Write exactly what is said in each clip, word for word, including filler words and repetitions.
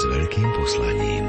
s veľkým poslaním.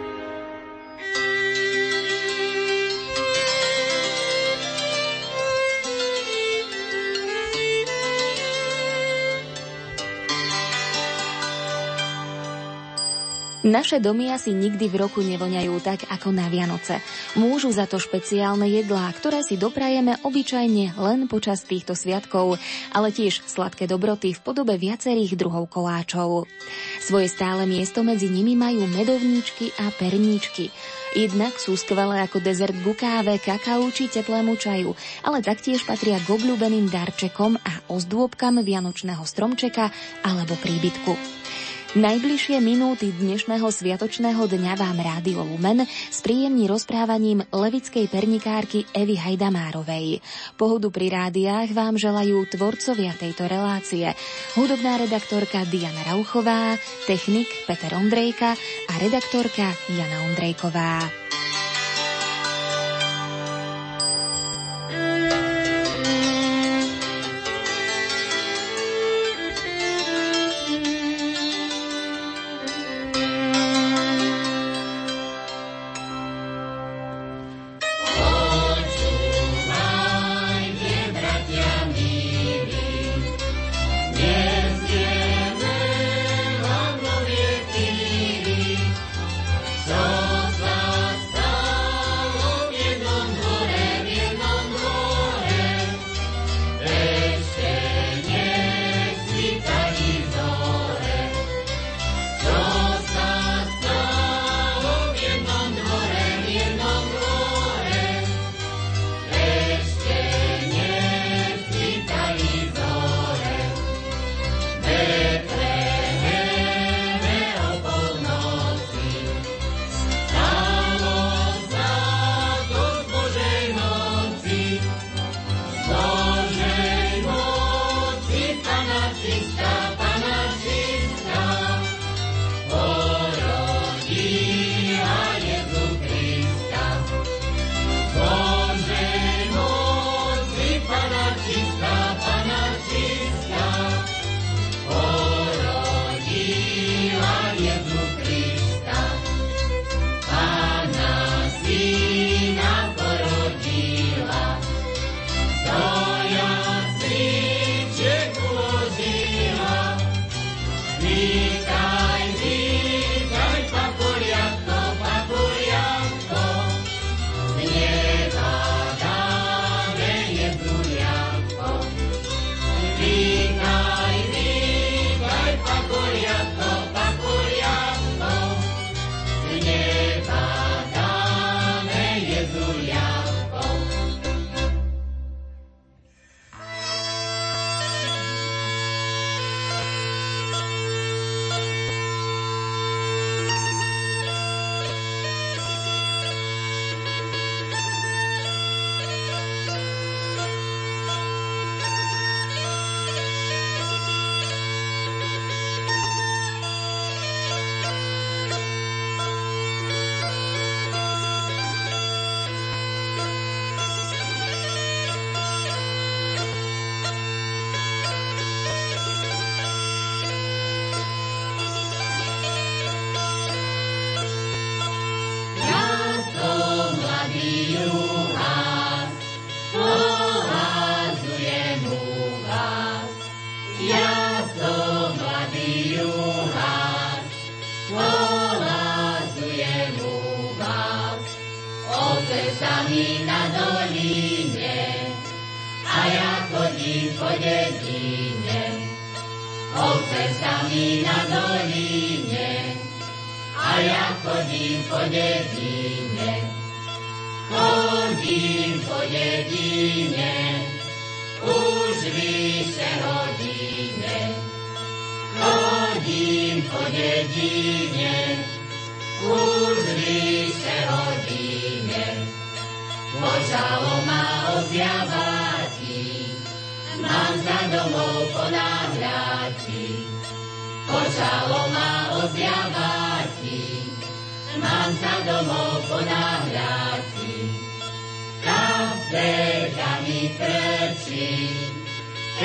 Naše domy asi nikdy v roku nevoňajú tak ako na Vianoce. Môžu za to špeciálne jedlá, ktoré si doprajeme obyčajne len počas týchto sviatkov, ale tiež sladké dobroty v podobe viacerých druhov koláčov. Svoje stále miesto medzi nimi majú medovníčky a perníčky. Jednak sú skvelé ako dezert ku káve, kakau či teplému čaju, ale taktiež patria k obľúbeným darčekom a ozdôbkam vianočného stromčeka alebo príbytku. Najbližšie minúty dnešného sviatočného dňa vám Rádio Lumen spríjemní rozprávaním levickej pernikárky Evy Hajdamárovej. Pohodu pri rádiách vám želajú tvorcovia tejto relácie. Hudobná redaktorka Diana Rauchová, technik Peter Ondrejka a redaktorka Jana Ondrejková.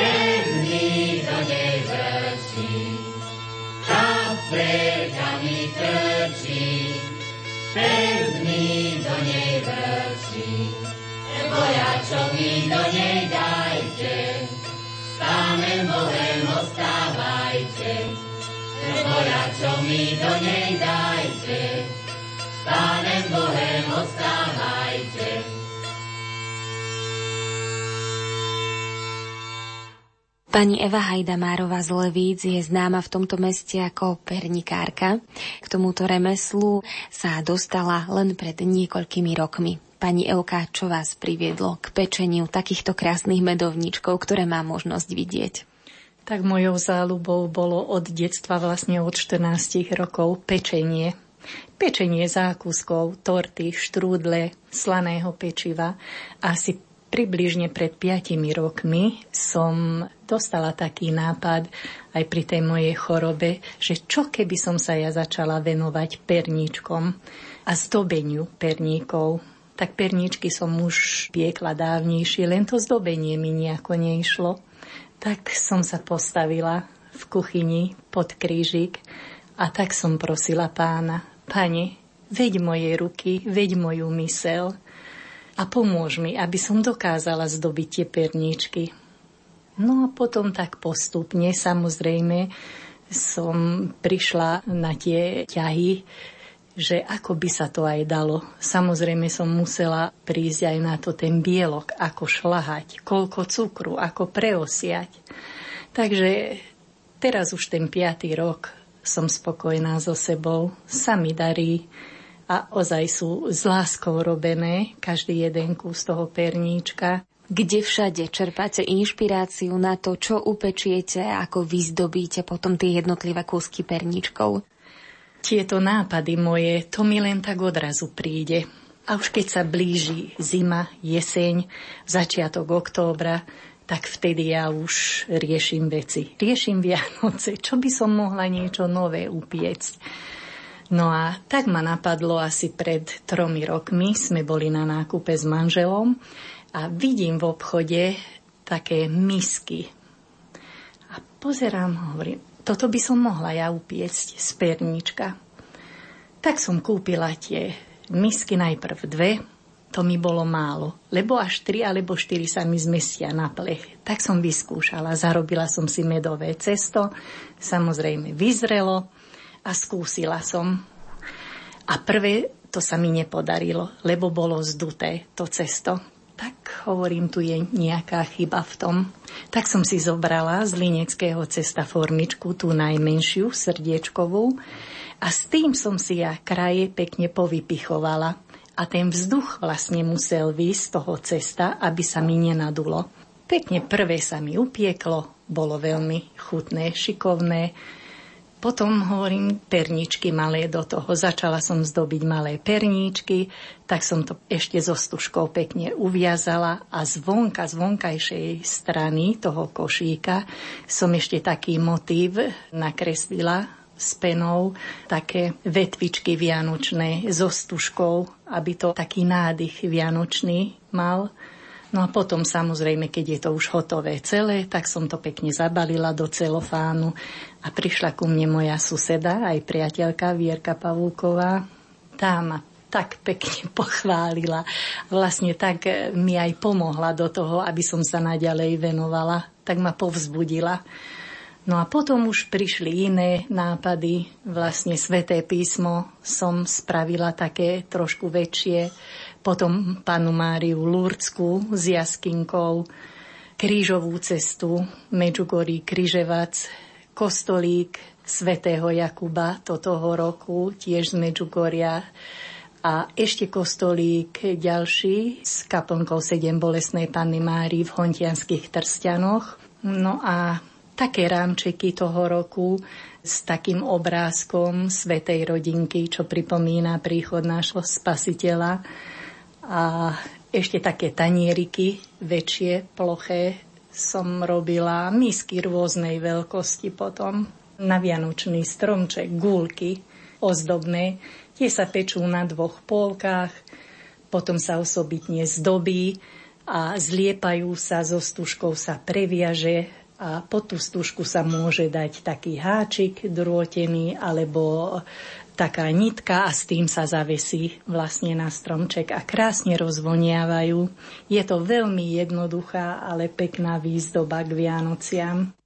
Keď z nich do nej vrčí, tak prekami trčí, pevný do nej vrčí. Bojačo mi do nej dajte, s Pánem Bohem ostávajte. Bojačo mi do nej dajte, s Pánem Bohem ostávajte. Pani Eva Hajdamárová z Levíc je známa v tomto meste ako pernikárka. K tomuto remeslu sa dostala len pred niekoľkými rokmi. Pani Evka, čo vás priviedlo k pečeniu takýchto krásnych medovníčkov, ktoré má možnosť vidieť? Tak mojou záľubou bolo od detstva, vlastne od štrnástich rokov, pečenie. Pečenie zákuskov, torty, štrúdle, slaného pečiva. Asi približne pred piatimi rokmi som dostala taký nápad aj pri tej mojej chorobe, že čo keby som sa ja začala venovať perníčkom a zdobeniu perníkov. Tak perníčky som už piekla dávnejšie, len to zdobenie mi nejako neišlo. Tak som sa postavila v kuchyni pod krížik a tak som prosila Pána: Pane, veď moje ruky, veď moju myseľ a pomôž mi, aby som dokázala zdobiť tie perníčky. No a potom tak postupne, samozrejme, som prišla na tie ťahy, že ako by sa to aj dalo. Samozrejme som musela prísť aj na to ten bielok, ako šľahať, koľko cukru, ako preosiať. Takže teraz už ten piatý rok som spokojná so sebou, sa mi darí a ozaj sú s láskou robené každý jeden kus toho perníčka. Kde všade čerpáte inšpiráciu na to, čo upečiete, ako vyzdobíte potom tie jednotlivé kúsky perníčkov? Tieto nápady moje, to mi len tak odrazu príde. A už keď sa blíži zima, jeseň, začiatok októbra, tak vtedy ja už riešim veci. Riešim Vianoce, čo by som mohla niečo nové upiecť. No a tak ma napadlo asi pred tromi rokmi, sme boli na nákupe s manželom a vidím v obchode také misky. A pozerám, hovorím, toto by som mohla ja upiecť z perníčka. Tak som kúpila tie misky, najprv dve, to mi bolo málo, lebo až tri alebo štyri sa mi zmestia na plech. Tak som vyskúšala, zarobila som si medové cesto, samozrejme vyzrelo a skúsila som. A prvé to sa mi nepodarilo, lebo bolo zduté to cesto. Tak hovorím, tu je nejaká chyba v tom. Tak som si zobrala z lineckého cesta formičku, tú najmenšiu, srdiečkovú, a s tým som si ja kraje pekne povypichovala. A ten vzduch vlastne musel výjsť z toho cesta, aby sa mi nenadulo. Pekne prvé sa mi upieklo, bolo veľmi chutné, šikovné. Potom hovorím, perníčky malé do toho. Začala som zdobiť malé perníčky, tak som to ešte so stužkou pekne uviazala a zvonka, z vonkajšej strany toho košíka som ešte taký motív nakreslila s penou, také vetvičky vianočné so stužkou, aby to taký nádych vianočný mal. No a potom samozrejme, keď je to už hotové celé, tak som to pekne zabalila do celofánu a prišla ku mne moja suseda, aj priateľka Vierka Pavúková. Tá ma tak pekne pochválila. Vlastne tak mi aj pomohla do toho, aby som sa naďalej venovala. Tak ma povzbudila. No a potom už prišli iné nápady. Vlastne Sväté písmo som spravila také trošku väčšie. Potom Pannu Máriu Lurdsku s jaskinkou, krížovú cestu, Medžugorí Križevac, kostolík svätého Jakuba toho roku, tiež z Medžugoria, a ešte kostolík ďalší s kaplnkou Sedem bolestnej Panny Márii v Hontianskych Trstianoch. No a také rámčeky toho roku s takým obrázkom svätej rodinky, čo pripomína príchod nášho Spasiteľa. A ešte také tanieriky, väčšie, ploché, som robila, misky rôznej veľkosti potom. Na vianočný stromček, gúľky ozdobné, tie sa pečú na dvoch pôlkach, potom sa osobitne zdobí a zliepajú sa, so stužkou sa previaže a pod tú stužku sa môže dať taký háčik drôtený alebo taká nitka a s tým sa zavesí vlastne na stromček a krásne rozvoniavajú. Je to veľmi jednoduchá, ale pekná výzdoba k Vianociam.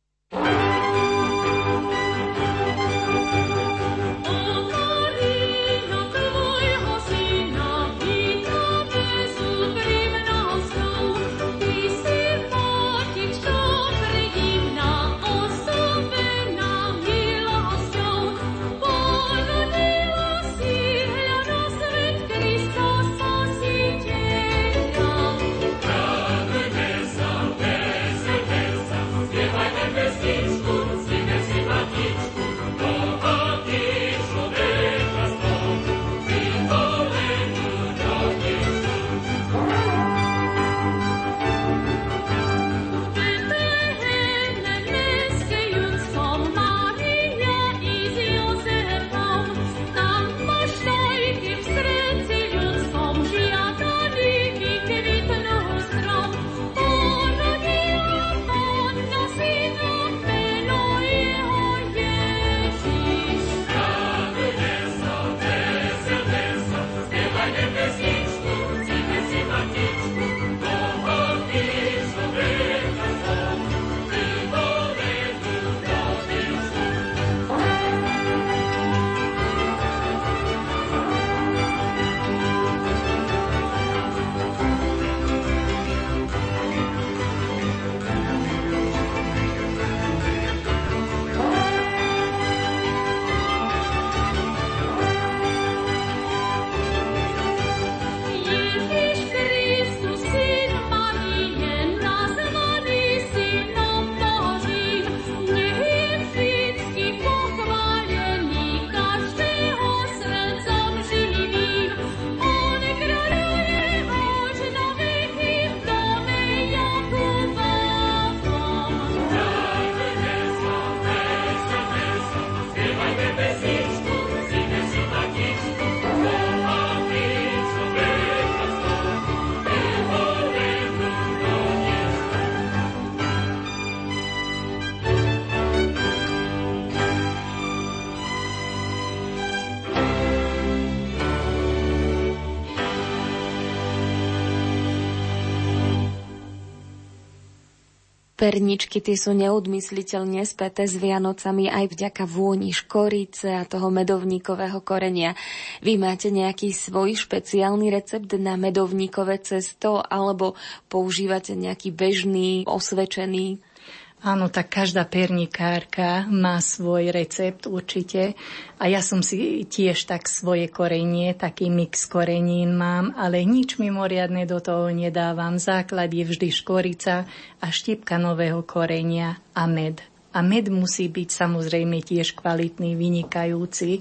Perničky tie sú neodmysliteľne späté s Vianocami aj vďaka vôni škorice a toho medovníkového korenia. Vy máte nejaký svoj špeciálny recept na medovníkové cesto alebo používate nejaký bežný, osvedčený? Áno, tak každá pernikárka má svoj recept určite a ja som si tiež tak svoje korenie, taký mix korenín mám, ale nič mimoriadne do toho nedávam. Základ je vždy škorica a štipka nového korenia a med. A med musí byť samozrejme tiež kvalitný, vynikajúci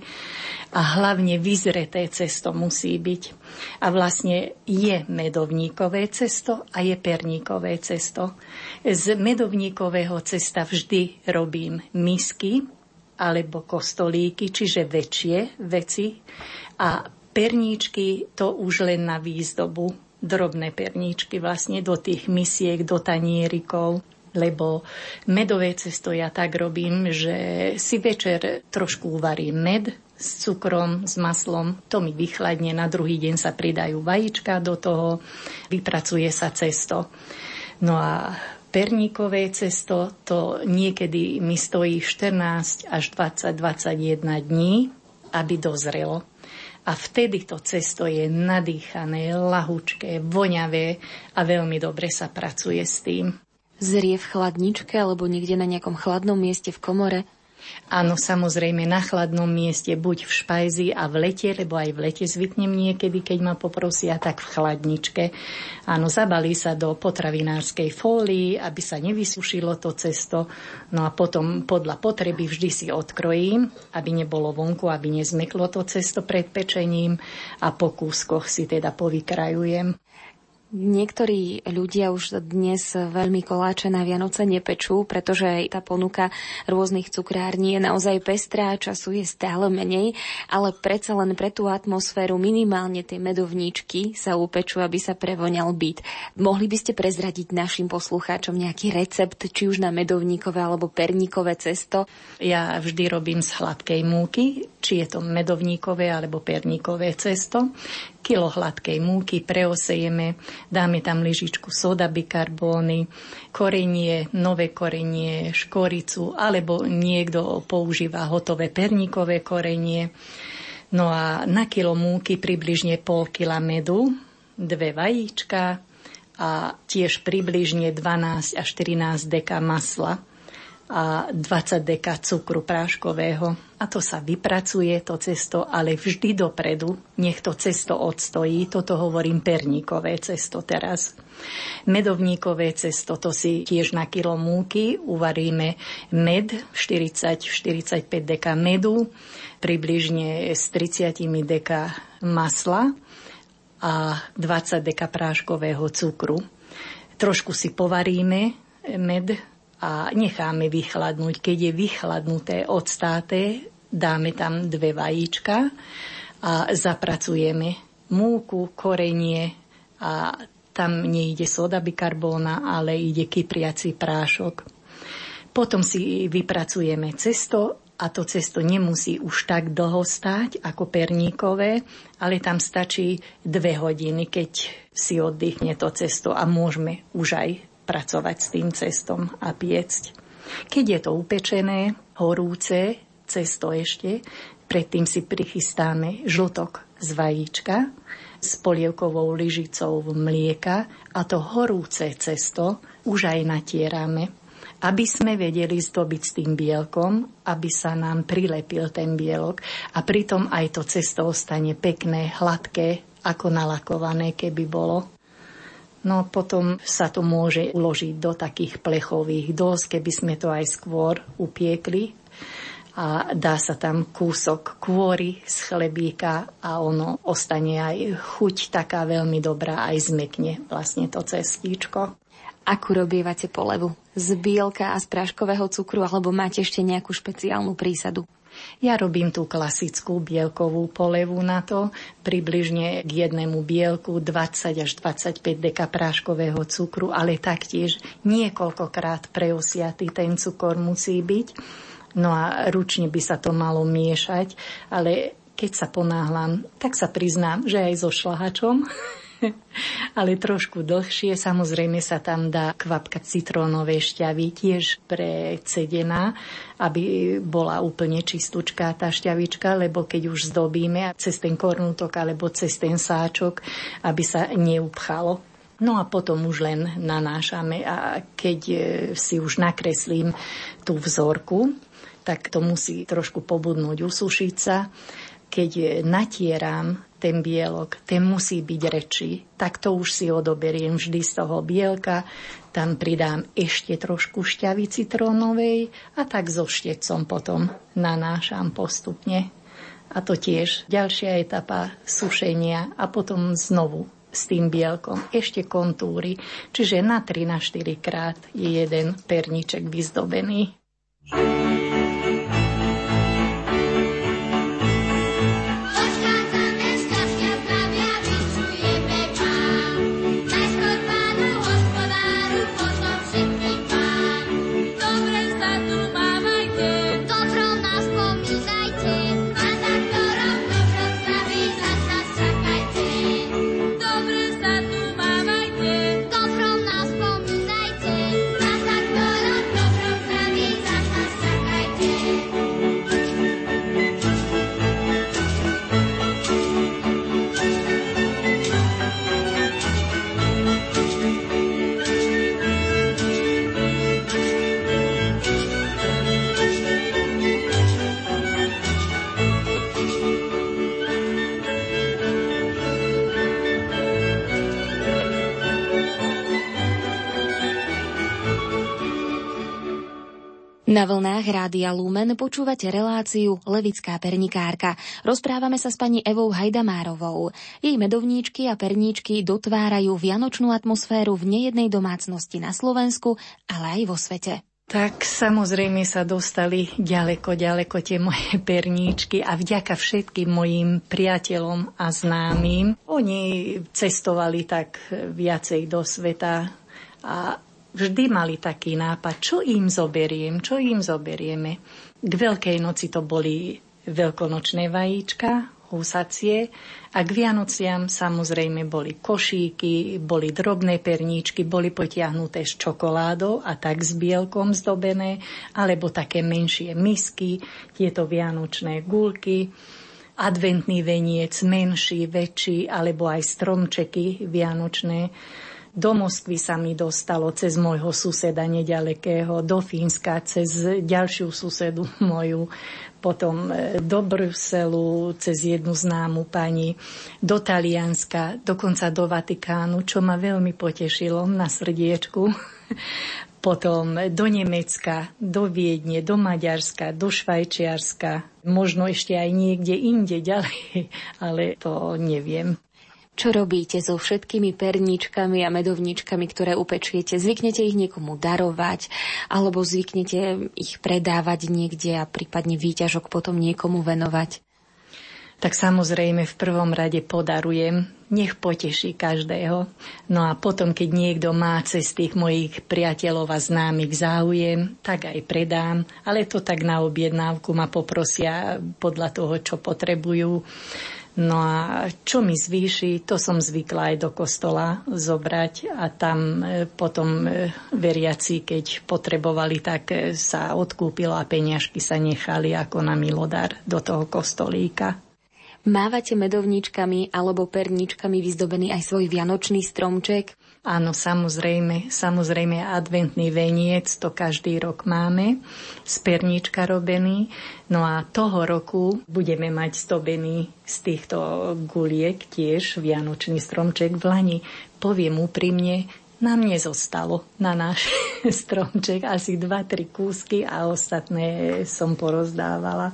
a hlavne vyzreté cesto musí byť. A vlastne je medovníkové cesto a je perníkové cesto. Z medovníkového cesta vždy robím misky alebo kostolíky, čiže väčšie veci a perníčky to už len na výzdobu. Drobné perníčky vlastne do tých misiek, do tanierikov. Lebo medové cesto ja tak robím, že si večer trošku uvarím med s cukrom, s maslom, to mi vychladne, na druhý deň sa pridajú vajíčka do toho, vypracuje sa cesto. No a perníkové cesto, to niekedy mi stojí štrnásť až dvadsať dvadsaťjeden dní, aby dozrelo. A vtedy to cesto je nadýchané, lahučké, voňavé a veľmi dobre sa pracuje s tým. Zrie v chladničke alebo niekde na nejakom chladnom mieste v komore? Áno, samozrejme na chladnom mieste, buď v špajzi a v lete, lebo aj v lete zvyknem niekedy, keď ma poprosia, tak v chladničke. Áno, zabalí sa do potravinárskej fólii, aby sa nevysušilo to cesto. No a potom podľa potreby vždy si odkrojím, aby nebolo vonku, aby nezmeklo to cesto pred pečením a po kúskoch si teda povykrajujem. Niektorí ľudia už dnes veľmi koláče na Vianoce nepečú, pretože tá ponuka rôznych cukrární je naozaj pestrá, času je stále menej, ale predsa len pre tú atmosféru minimálne tie medovníčky sa upečú, aby sa prevoňal byt. Mohli by ste prezradiť našim poslucháčom nejaký recept, či už na medovníkové alebo perníkové cesto? Ja vždy robím z hladkej múky, či je to medovníkové alebo perníkové cesto. Kilo hladkej múky preosejeme, dáme tam lyžičku soda bikarbóny, korenie, nové korenie, škoricu, alebo niekto používa hotové perníkové korenie. No a na kilo múky približne pol kila medu, dve vajíčka a tiež približne dvanásť až štrnásť deka masla a dvadsať deka cukru práškového. A to sa vypracuje, to cesto, ale vždy dopredu, nech to cesto odstojí. Toto hovorím perníkové cesto teraz. Medovníkové cesto, to si tiež na kilo múky uvaríme med, štyridsať až štyridsaťpäť deka medu, približne s tridsať deka masla a dvadsať deka práškového cukru. Trošku si povaríme med a necháme vychladnúť. Keď je vychladnuté, odstáté, dáme tam dve vajíčka a zapracujeme múku, korenie a tam nejde soda bikarbóna, ale ide kypriaci prášok. Potom si vypracujeme cesto a to cesto nemusí už tak dlho stáť ako perníkové, ale tam stačí dve hodiny, keď si oddychne to cesto a môžeme už aj pracovať s tým cestom a piecť. Keď je to upečené, horúce, cesto ešte, predtým si prichystáme žltok z vajíčka s polievkovou lyžicou mlieka a to horúce cesto už aj natierame, aby sme vedeli zdobiť s tým bielkom, aby sa nám prilepil ten bielok a pritom aj to cesto ostane pekné, hladké, ako nalakované, keby bolo. No potom sa to môže uložiť do takých plechových dós, keby sme to aj skôr upiekli. A dá sa tam kúsok kôry z chlebíka a ono ostane aj chuť taká veľmi dobrá, aj zmekne vlastne to cestíčko. Akú robievate polevu? Z bielka a z práškového cukru, alebo máte ešte nejakú špeciálnu prísadu? Ja robím tú klasickú bielkovú polevu na to, približne k jednému bielku dvadsať až dvadsaťpäť deka práškového cukru, ale taktiež niekoľkokrát preosiatý ten cukor musí byť. No a ručne by sa to malo miešať, ale keď sa ponáhľam, tak sa priznám, že aj so šľahačom, ale trošku dlhšie. Samozrejme sa tam dá kvapka citrónovej šťavy, tiež precedená, aby bola úplne čistúčká tá šťavička, lebo keď už zdobíme cez ten kornútok alebo cez ten sáčok, aby sa neupchalo. No a potom už len nanášame a keď si už nakreslím tú vzorku, tak to musí trošku pobudnúť, usušiť sa. Keď natieram ten bielok, ten musí byť rečí, tak to už si odoberiem vždy z toho bielka, tam pridám ešte trošku šťavy citrónovej a tak so štecom potom nanášam postupne. A to tiež ďalšia etapa sušenia a potom znovu s tým bielkom ešte kontúry, čiže na tri na štyri krát je jeden perníček vyzdobený. Dobrom nás spomínajte, na tak to rok dobrom zdraví zasa Na vlnách Rádia Lumen počúvate reláciu Levická pernikárka. Rozprávame sa s pani Evou Hajdamárovou. Jej medovníčky a perníčky dotvárajú vianočnú atmosféru v nejednej domácnosti na Slovensku, ale aj vo svete. Tak samozrejme sa dostali ďaleko, ďaleko tie moje perníčky a vďaka všetkým mojim priateľom a známym. Oni cestovali tak viacej do sveta a vždy mali taký nápad, čo im zoberiem, čo im zoberieme. K Veľkej noci to boli veľkonočné vajíčka, husacie a k Vianociam samozrejme boli košíky, boli drobné perníčky, boli potiahnuté s čokoládou a tak s bielkom zdobené, alebo také menšie misky, tieto vianočné guľky, adventný veniec menší, väčší, alebo aj stromčeky vianočné. Do Moskvy sa mi dostalo cez môjho suseda nedalekého, do Fínska cez ďalšiu susedu moju, potom do Bruselu cez jednu známu pani, do Talianska, dokonca do Vatikánu, čo ma veľmi potešilo na srdiečku. Potom do Nemecka, do Viedne, do Maďarska, do Švajčiarska, možno ešte aj niekde inde ďalej, ale to neviem. Čo robíte so všetkými perničkami a medovničkami, ktoré upečiete? Zvyknete ich niekomu darovať, alebo zvyknete ich predávať niekde a prípadne výťažok potom niekomu venovať? Tak samozrejme v prvom rade podarujem, nech poteší každého. No a potom, keď niekto má cez tých mojich priateľov a známych záujem, tak aj predám. Ale to tak na objednávku ma poprosia podľa toho, čo potrebujú. No a čo mi zvýši, to som zvykla aj do kostola zobrať a tam potom veriaci, keď potrebovali, tak sa odkúpilo a peniažky sa nechali ako na milodar do toho kostolíka. Mávate medovníčkami alebo perníčkami vyzdobený aj svoj vianočný stromček? Áno, samozrejme, samozrejme adventný veniec, to každý rok máme, z perníčka robený. No a toho roku budeme mať zdobený z týchto guliek tiež vianočný stromček v lani. Poviem úprimne, nám nezostalo na náš stromček asi dva tri kúsky a ostatné som porozdávala.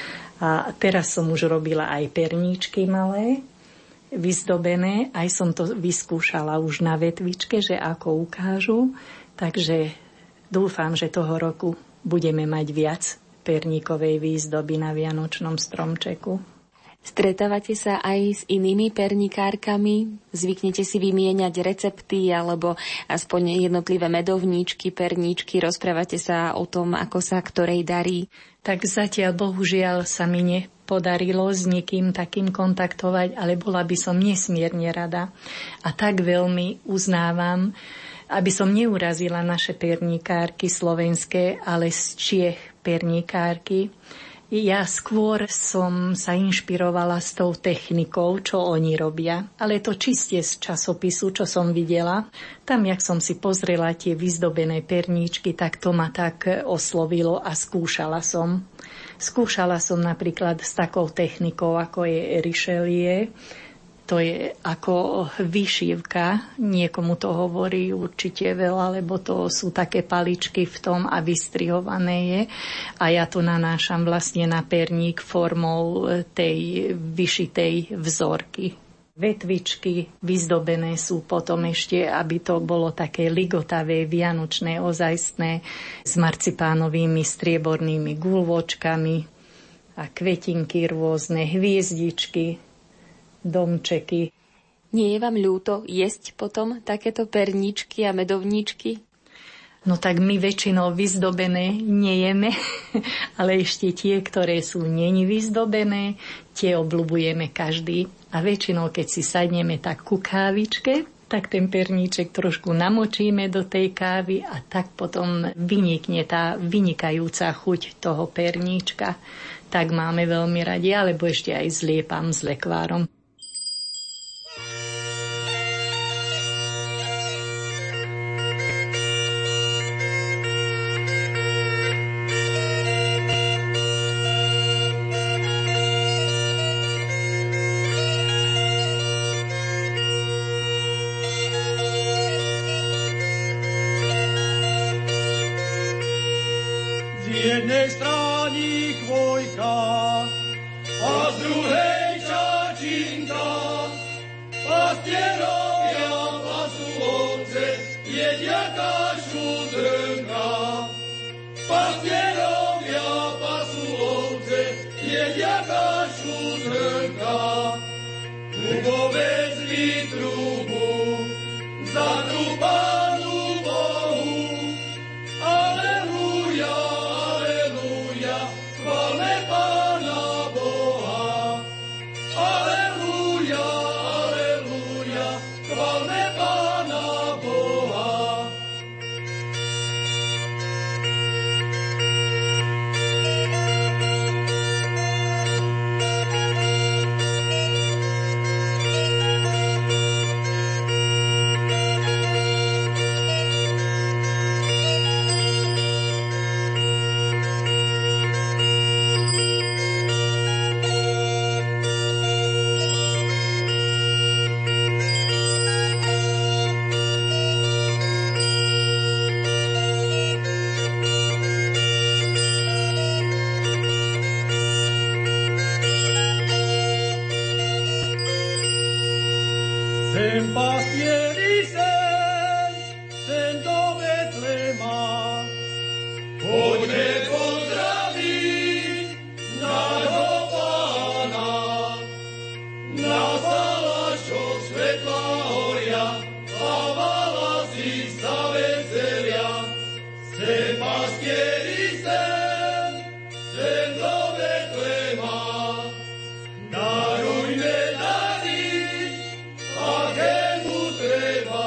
A teraz som už robila aj perníčky malé, vyzdobené, aj som to vyskúšala už na vetvičke, že ako ukážu, takže dúfam, že toho roku budeme mať viac perníkovej výzdoby na vianočnom stromčeku. Stretávate sa aj s inými pernikárkami? Zvyknete si vymieňať recepty alebo aspoň jednotlivé medovníčky, perníčky? Rozprávate sa o tom, ako sa ktorej darí? Tak zatiaľ bohužiaľ sa mi nepodarilo s nikým takým kontaktovať, ale bola by som nesmierne rada. A tak veľmi uznávam, aby som neurazila naše pernikárky slovenské, ale z Čiech pernikárky. Ja skôr som sa inšpirovala s tou technikou, čo oni robia, ale to čiste z časopisu, čo som videla. Tam, jak som si pozrela tie vyzdobené perníčky, tak to ma tak oslovilo a skúšala som. Skúšala som napríklad s takou technikou, ako je Richelieu. To je ako vyšívka, niekomu to hovorí určite veľa, lebo to sú také paličky v tom a vystrihované je. A ja to nanášam vlastne na perník formou tej vyšitej vzorky. Vetvičky vyzdobené sú potom ešte, aby to bolo také ligotavé, vianočné, ozajstné, s marcipánovými striebornými guľôčkami a kvetinky rôzne, hviezdičky, domčeky. Nie je vám ľúto jesť potom takéto perničky a medovníčky? No tak my väčšinou vyzdobené nejeme, ale ešte tie, ktoré sú neni vyzdobené, tie obľubujeme každý. A väčšinou, keď si sadneme tak ku kávičke, tak ten perníček trošku namočíme do tej kávy a tak potom vynikne tá vynikajúca chuť toho perníčka. Tak máme veľmi radi, alebo ešte aj zliepam s lekvárom. jaká šudrnka, pastierovia pasú ovce, je jaká šudrnka. Dubovec výtrubu, zatrúpanú Bohu. Aleluja, aleluja, chválme Pána Boha. Aleluja, aleluja, chválme Pána Boha. Sem pastieri sem, sem do Betlema, poďme pozdraviť nášho Pána. Na salašoch svetla horia, a valasy sa veselia. Sem pastieri sem, sem do Betlema, darujme dary, akému treba.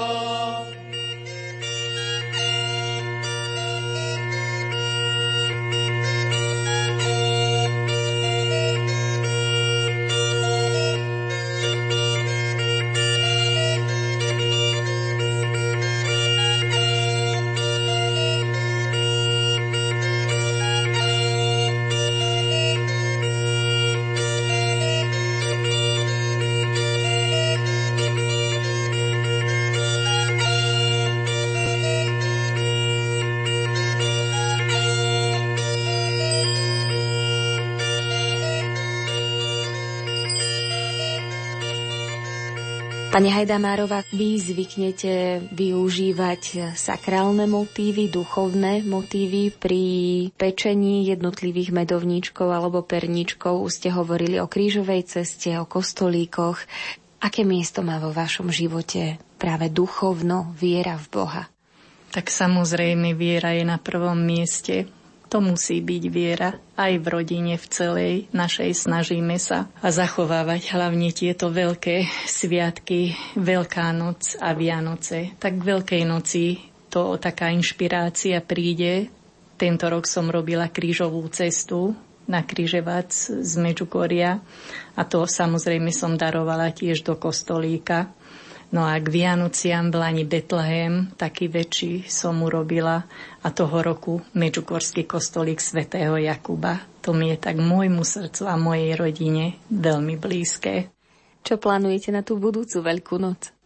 Pani Hajdamárová, vy zvyknete využívať sakrálne motívy, duchovné motívy pri pečení jednotlivých medovníčkov alebo perníčkov. Už ste hovorili o krížovej ceste, o kostolíkoch. Aké miesto má vo vašom živote práve duchovno, viera v Boha? Tak samozrejme, viera je na prvom mieste. To musí byť viera aj v rodine, v celej našej. Snažíme sa a zachovávať hlavne tieto veľké sviatky, Veľká noc a Vianoce. Tak k Veľkej noci to taká inšpirácia príde. Tento rok som robila krížovú cestu na Križevac z Medžugoria a to samozrejme som darovala tiež do kostolíka. No a k Vianociam v Lani Betlehem, taký väčší som urobila a toho roku Medžugorský kostolík svätého Jakuba. To mi je tak môjmu srdcu a mojej rodine veľmi blízke. Čo plánujete na tú budúcu Veľkú noc?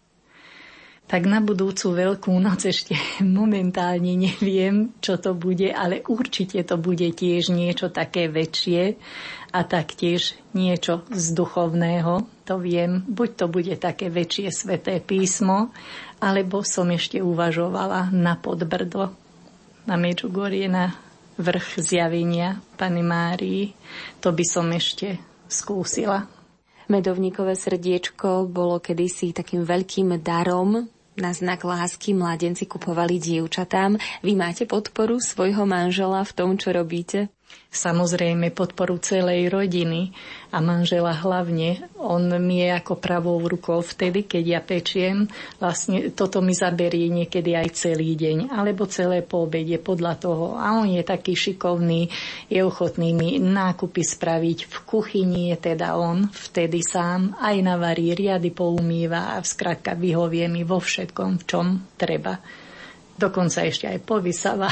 Tak na budúcu Veľkú noc ešte momentálne neviem, čo to bude, ale určite to bude tiež niečo také väčšie a taktiež niečo z duchovného. To viem, buď to bude také väčšie sväté písmo, alebo som ešte uvažovala na Podbrdo, na Medžugorie, na vrch zjavenia Panny Márii. To by som ešte skúsila. Medovníkové srdiečko bolo kedysi takým veľkým darom. Na znak lásky mládenci kupovali dievčatám. Vy máte podporu svojho manžela v tom, čo robíte? Samozrejme podporu celej rodiny a manžela hlavne. On mi je ako pravou rukou vtedy, keď ja pečiem. Vlastne toto mi zaberie niekedy aj celý deň, alebo celé poobede podľa toho. A on je taký šikovný, je ochotný mi nákupy spraviť. V kuchyni je teda on vtedy sám, aj navarí, riady poumýva a skrátka vyhovie mi vo všetkom, v čom treba. Dokonca ešte aj povysáva.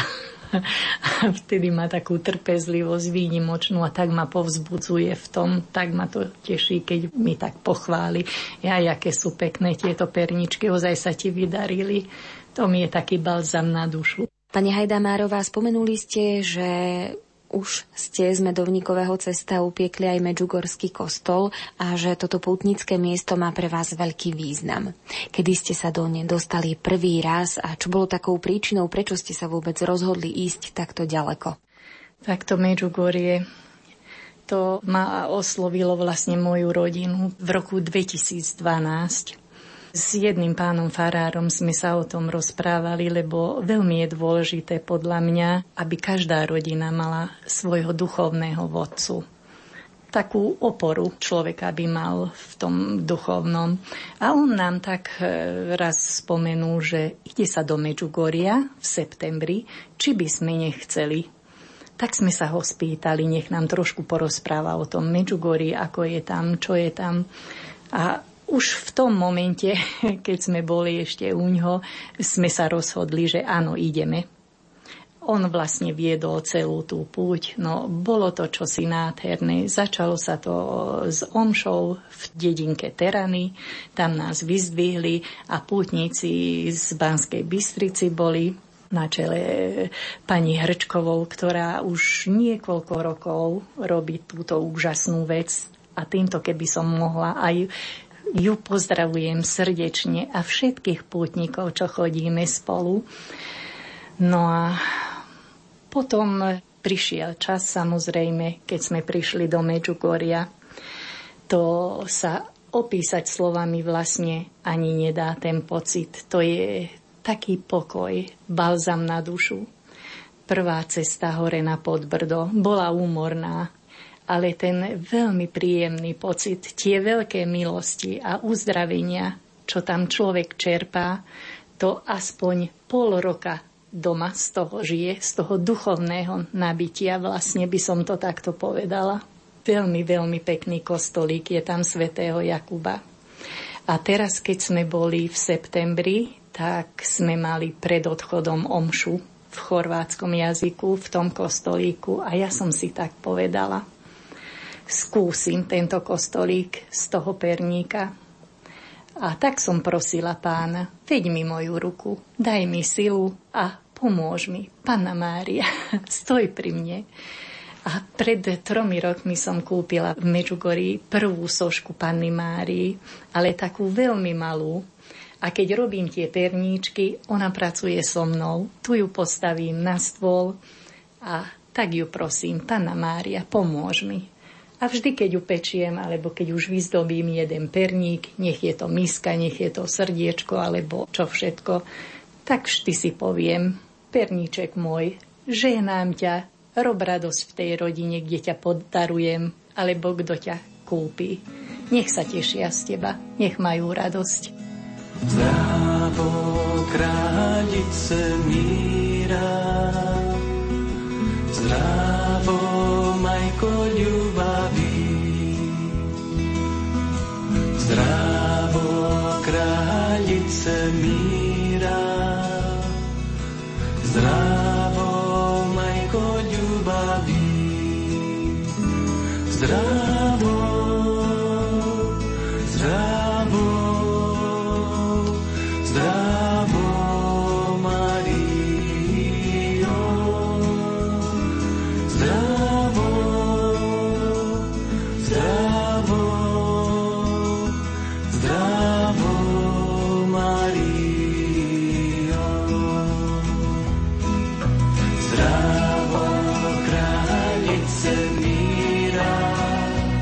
A vtedy má takú trpezlivosť výnimočnú a tak ma povzbudzuje v tom, tak ma to teší, keď mi tak pochváli. Ja, aké sú pekné tieto perničky, ozaj sa ti vydarili. To mi je taký balzam na dušu. Pani Hajdamárová, spomenuli ste, že Už ste z Medovníkového cesta upiekli aj Medžugorský kostol a že toto pútnické miesto má pre vás veľký význam. Kedy ste sa doň dostali prvý raz a čo bolo takou príčinou, prečo ste sa vôbec rozhodli ísť takto ďaleko? Takto Medžugorie, to ma oslovilo vlastne moju rodinu v roku dvetisícdvanásť. S jedným pánom farárom sme sa o tom rozprávali, lebo veľmi je dôležité podľa mňa, aby každá rodina mala svojho duchovného vodcu. Takú oporu človeka by mal v tom duchovnom. A on nám tak raz spomenul, že ide sa do Medžugoria v septembri, či by sme nechceli. Tak sme sa ho spýtali, nech nám trošku porozpráva o tom Medžugorí, ako je tam, čo je tam. A už v tom momente, keď sme boli ešte u ňoho, sme sa rozhodli, že áno, ideme. On vlastne viedol celú tú púť, no bolo to čosi nádherné. Začalo sa to s omšou v dedinke Terany, tam nás vyzdvihli a pútnici z Banskej Bystrici boli na čele pani Hrčkovou, ktorá už niekoľko rokov robí túto úžasnú vec. A týmto, keby som mohla aj ju pozdravujem srdečne a všetkých pútnikov, čo chodíme spolu. No a potom prišiel čas, samozrejme, keď sme prišli do Medžugoria. To sa opísať slovami vlastne ani nedá ten pocit. To je taký pokoj, balzam na dušu. Prvá cesta hore na Podbrdo bola úmorná, ale ten veľmi príjemný pocit, tie veľké milosti a uzdravenia, čo tam človek čerpá, to aspoň pol roka doma z toho žije, z toho duchovného nabitia, vlastne by som to takto povedala. Veľmi, veľmi pekný kostolík je tam svätého Jakuba. A teraz, keď sme boli v septembri, tak sme mali pred odchodom omšu v chorvátskom jazyku, v tom kostolíku a ja som si tak povedala, skúsim tento kostolík z toho perníka. A tak som prosila Pána, veď mi moju ruku, daj mi silu a pomôž mi, Panna Mária, stoj pri mne. A pred tromi rokmi som kúpila v Medžugorí prvú sošku Panny Márii, ale takú veľmi malú. A keď robím tie perníčky, ona pracuje so mnou, tu ju postavím na stôl a tak ju prosím, Panna Mária, pomôž mi. A vždy, keď ju pečiem, alebo keď už vyzdobím jeden perník, nech je to miska, nech je to srdiečko, alebo čo všetko, tak vždy si poviem, perníček môj, ženám ťa, rob radosť v tej rodine, kde ťa poddarujem, alebo kto ťa kúpi. Nech sa tešia z teba, nech majú radosť. Zdravo, kráľice míra, zdravo, majko ľubavý, zdravo, kráľice míra, zdravo, majko ľubavý, zdravo, zdravo, zdravo, Mario, zdravo, zdravo, zdravo, Mario, zdravo, kráľice míra,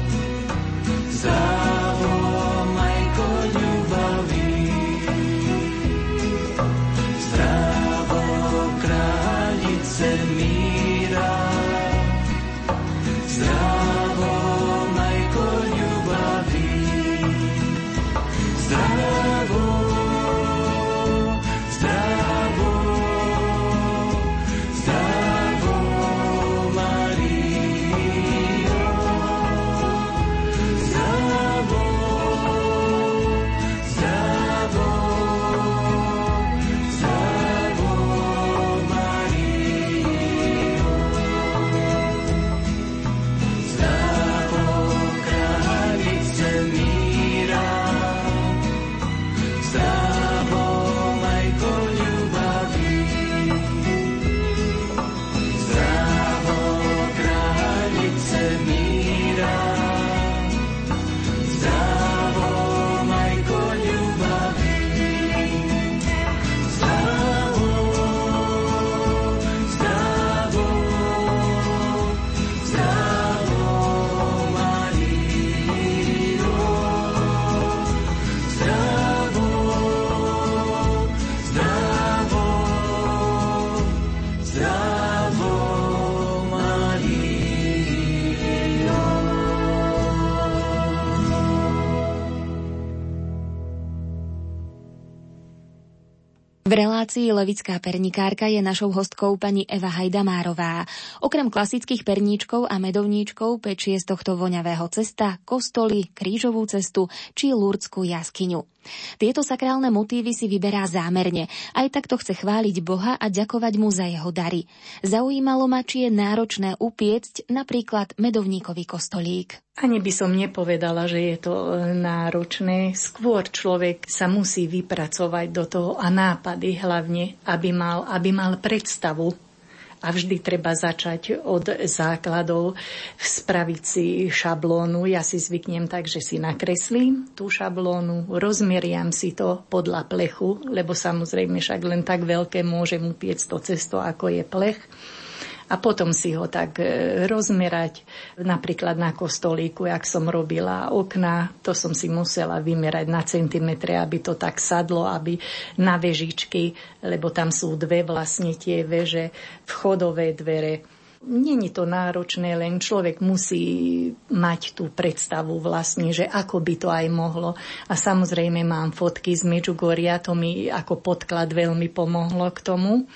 V relácii Levická pernikárka je našou hostkou pani Eva Hajdamárová. Okrem klasických perníčkov a medovníčkov pečie z tohto voňavého cesta kostoly, krížovú cestu či Lurdskú jaskyňu. Tieto sakrálne motívy si vyberá zámerne. Aj takto chce chváliť Boha a ďakovať mu za jeho dary. Zaujímalo ma, či je náročné upiecť napríklad medovníkový kostolík. Ani by som nepovedala, že je to náročné. Skôr človek sa musí vypracovať do toho a nápady hlavne, aby mal, aby mal predstavu. A vždy treba začať od základov, spraviť si šablónu. Ja si zvyknem tak, že si nakreslím tú šablónu, rozmeriam si to podľa plechu, lebo samozrejme však len tak veľké môžem upiecť to cesto, ako je plech. A potom si ho tak rozmerať, napríklad na kostolíku, jak som robila okna, to som si musela vymerať na centimetre, aby to tak sadlo, aby na vežičky, lebo tam sú dve vlastne tie veže, vchodové dvere. Není to náročné, len človek musí mať tú predstavu vlastne, že ako by to aj mohlo. A samozrejme mám fotky z Medžugoria, to mi ako podklad veľmi pomohlo k tomu,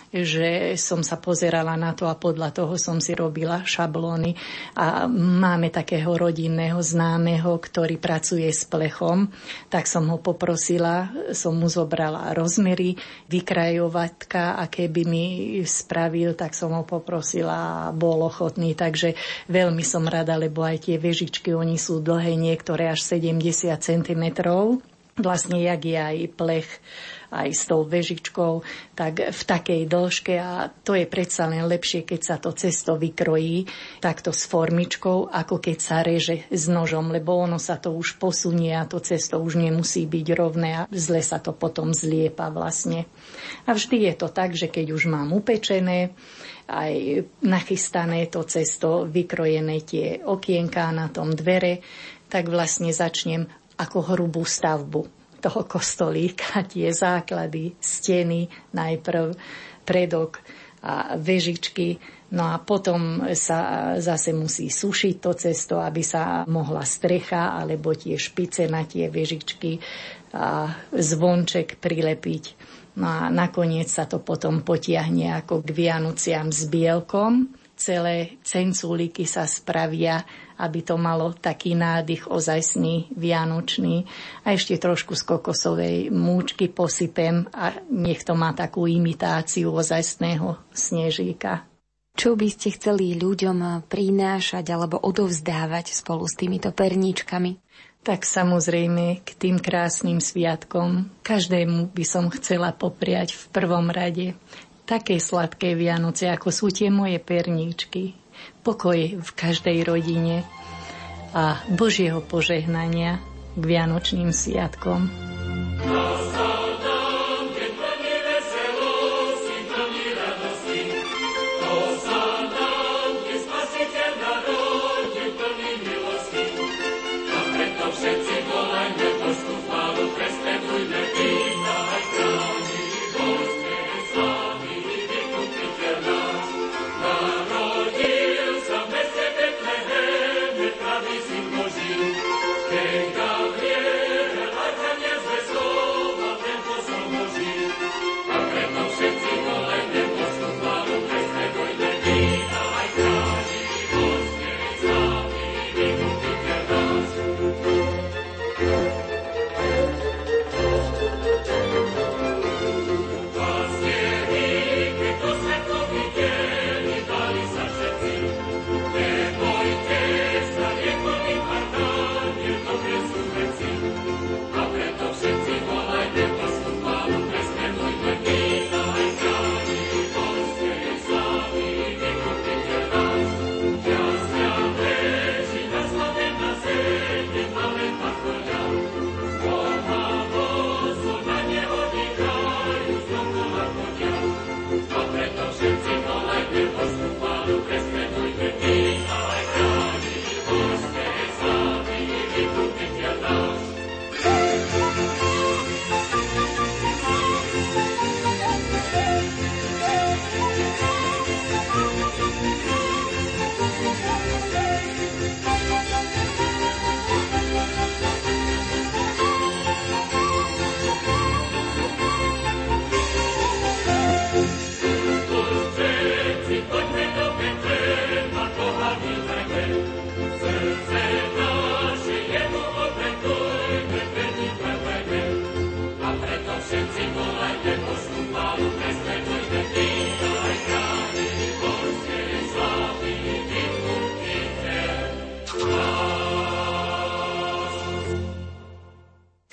že som sa pozerala na to a podľa toho som si robila šablóny. A máme takého rodinného známeho, ktorý pracuje s plechom, tak som ho poprosila, som mu zobrala rozmery, vykrajovatka a keby mi spravil, tak som ho poprosila a bol ochotný. Takže veľmi som rada, lebo aj tie vežičky, oni sú dlhé, niektoré až sedemdesiat centimetrov. Vlastne, jak je aj plech, aj s tou vežičkou, tak v takej dĺžke a to je predsa len lepšie, keď sa to cesto vykrojí takto s formičkou, ako keď sa reže s nožom, lebo ono sa to už posunie a to cesto už nemusí byť rovné a zle sa to potom zliepa vlastne. A vždy je to tak, že keď už mám upečené, aj nachystané to cesto, vykrojené tie okienká na tom dvere, tak vlastne začnem ako hrubú stavbu toho kostolíka, tie základy, steny, najprv predok a vežičky. No a potom sa zase musí sušiť to cesto, aby sa mohla strecha alebo tie špice na tie vežičky a zvonček prilepiť. No a nakoniec sa to potom potiahne ako k Vianociam s bielkom. Celé cencúliky sa spravia, aby to malo taký nádych ozajstný, vianočný. A ešte trošku z kokosovej múčky posypem a nech to má takú imitáciu ozajstného snežíka. Čo by ste chceli ľuďom prinášať alebo odovzdávať spolu s týmito perníčkami? Tak samozrejme k tým krásnym sviatkom každému by som chcela popriať v prvom rade také sladké Vianoce, ako sú tie moje perníčky. Pokoj v každej rodine a Božieho požehnania k Vianočným sviatkom.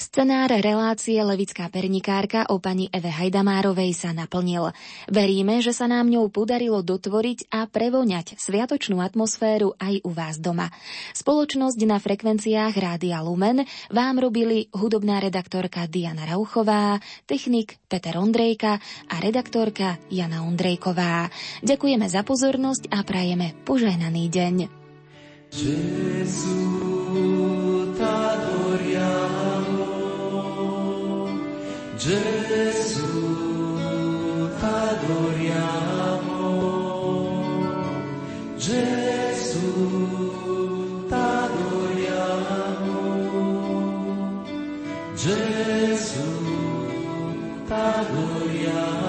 Scenár relácie Levická pernikárka o pani Eve Hajdamárovej sa naplnil. Veríme, že sa nám ňou podarilo dotvoriť a prevoňať sviatočnú atmosféru aj u vás doma. Spoločnosť na frekvenciách Rádia Lumen vám robili hudobná redaktorka Diana Rauchová, technik Peter Ondrejka a redaktorka Jana Ondrejková. Ďakujeme za pozornosť a prajeme požehnaný deň. Gesù t'adoriamo, Gesù t'adoriamo, Gesù t'adoriamo, Gesù t'adoriamo.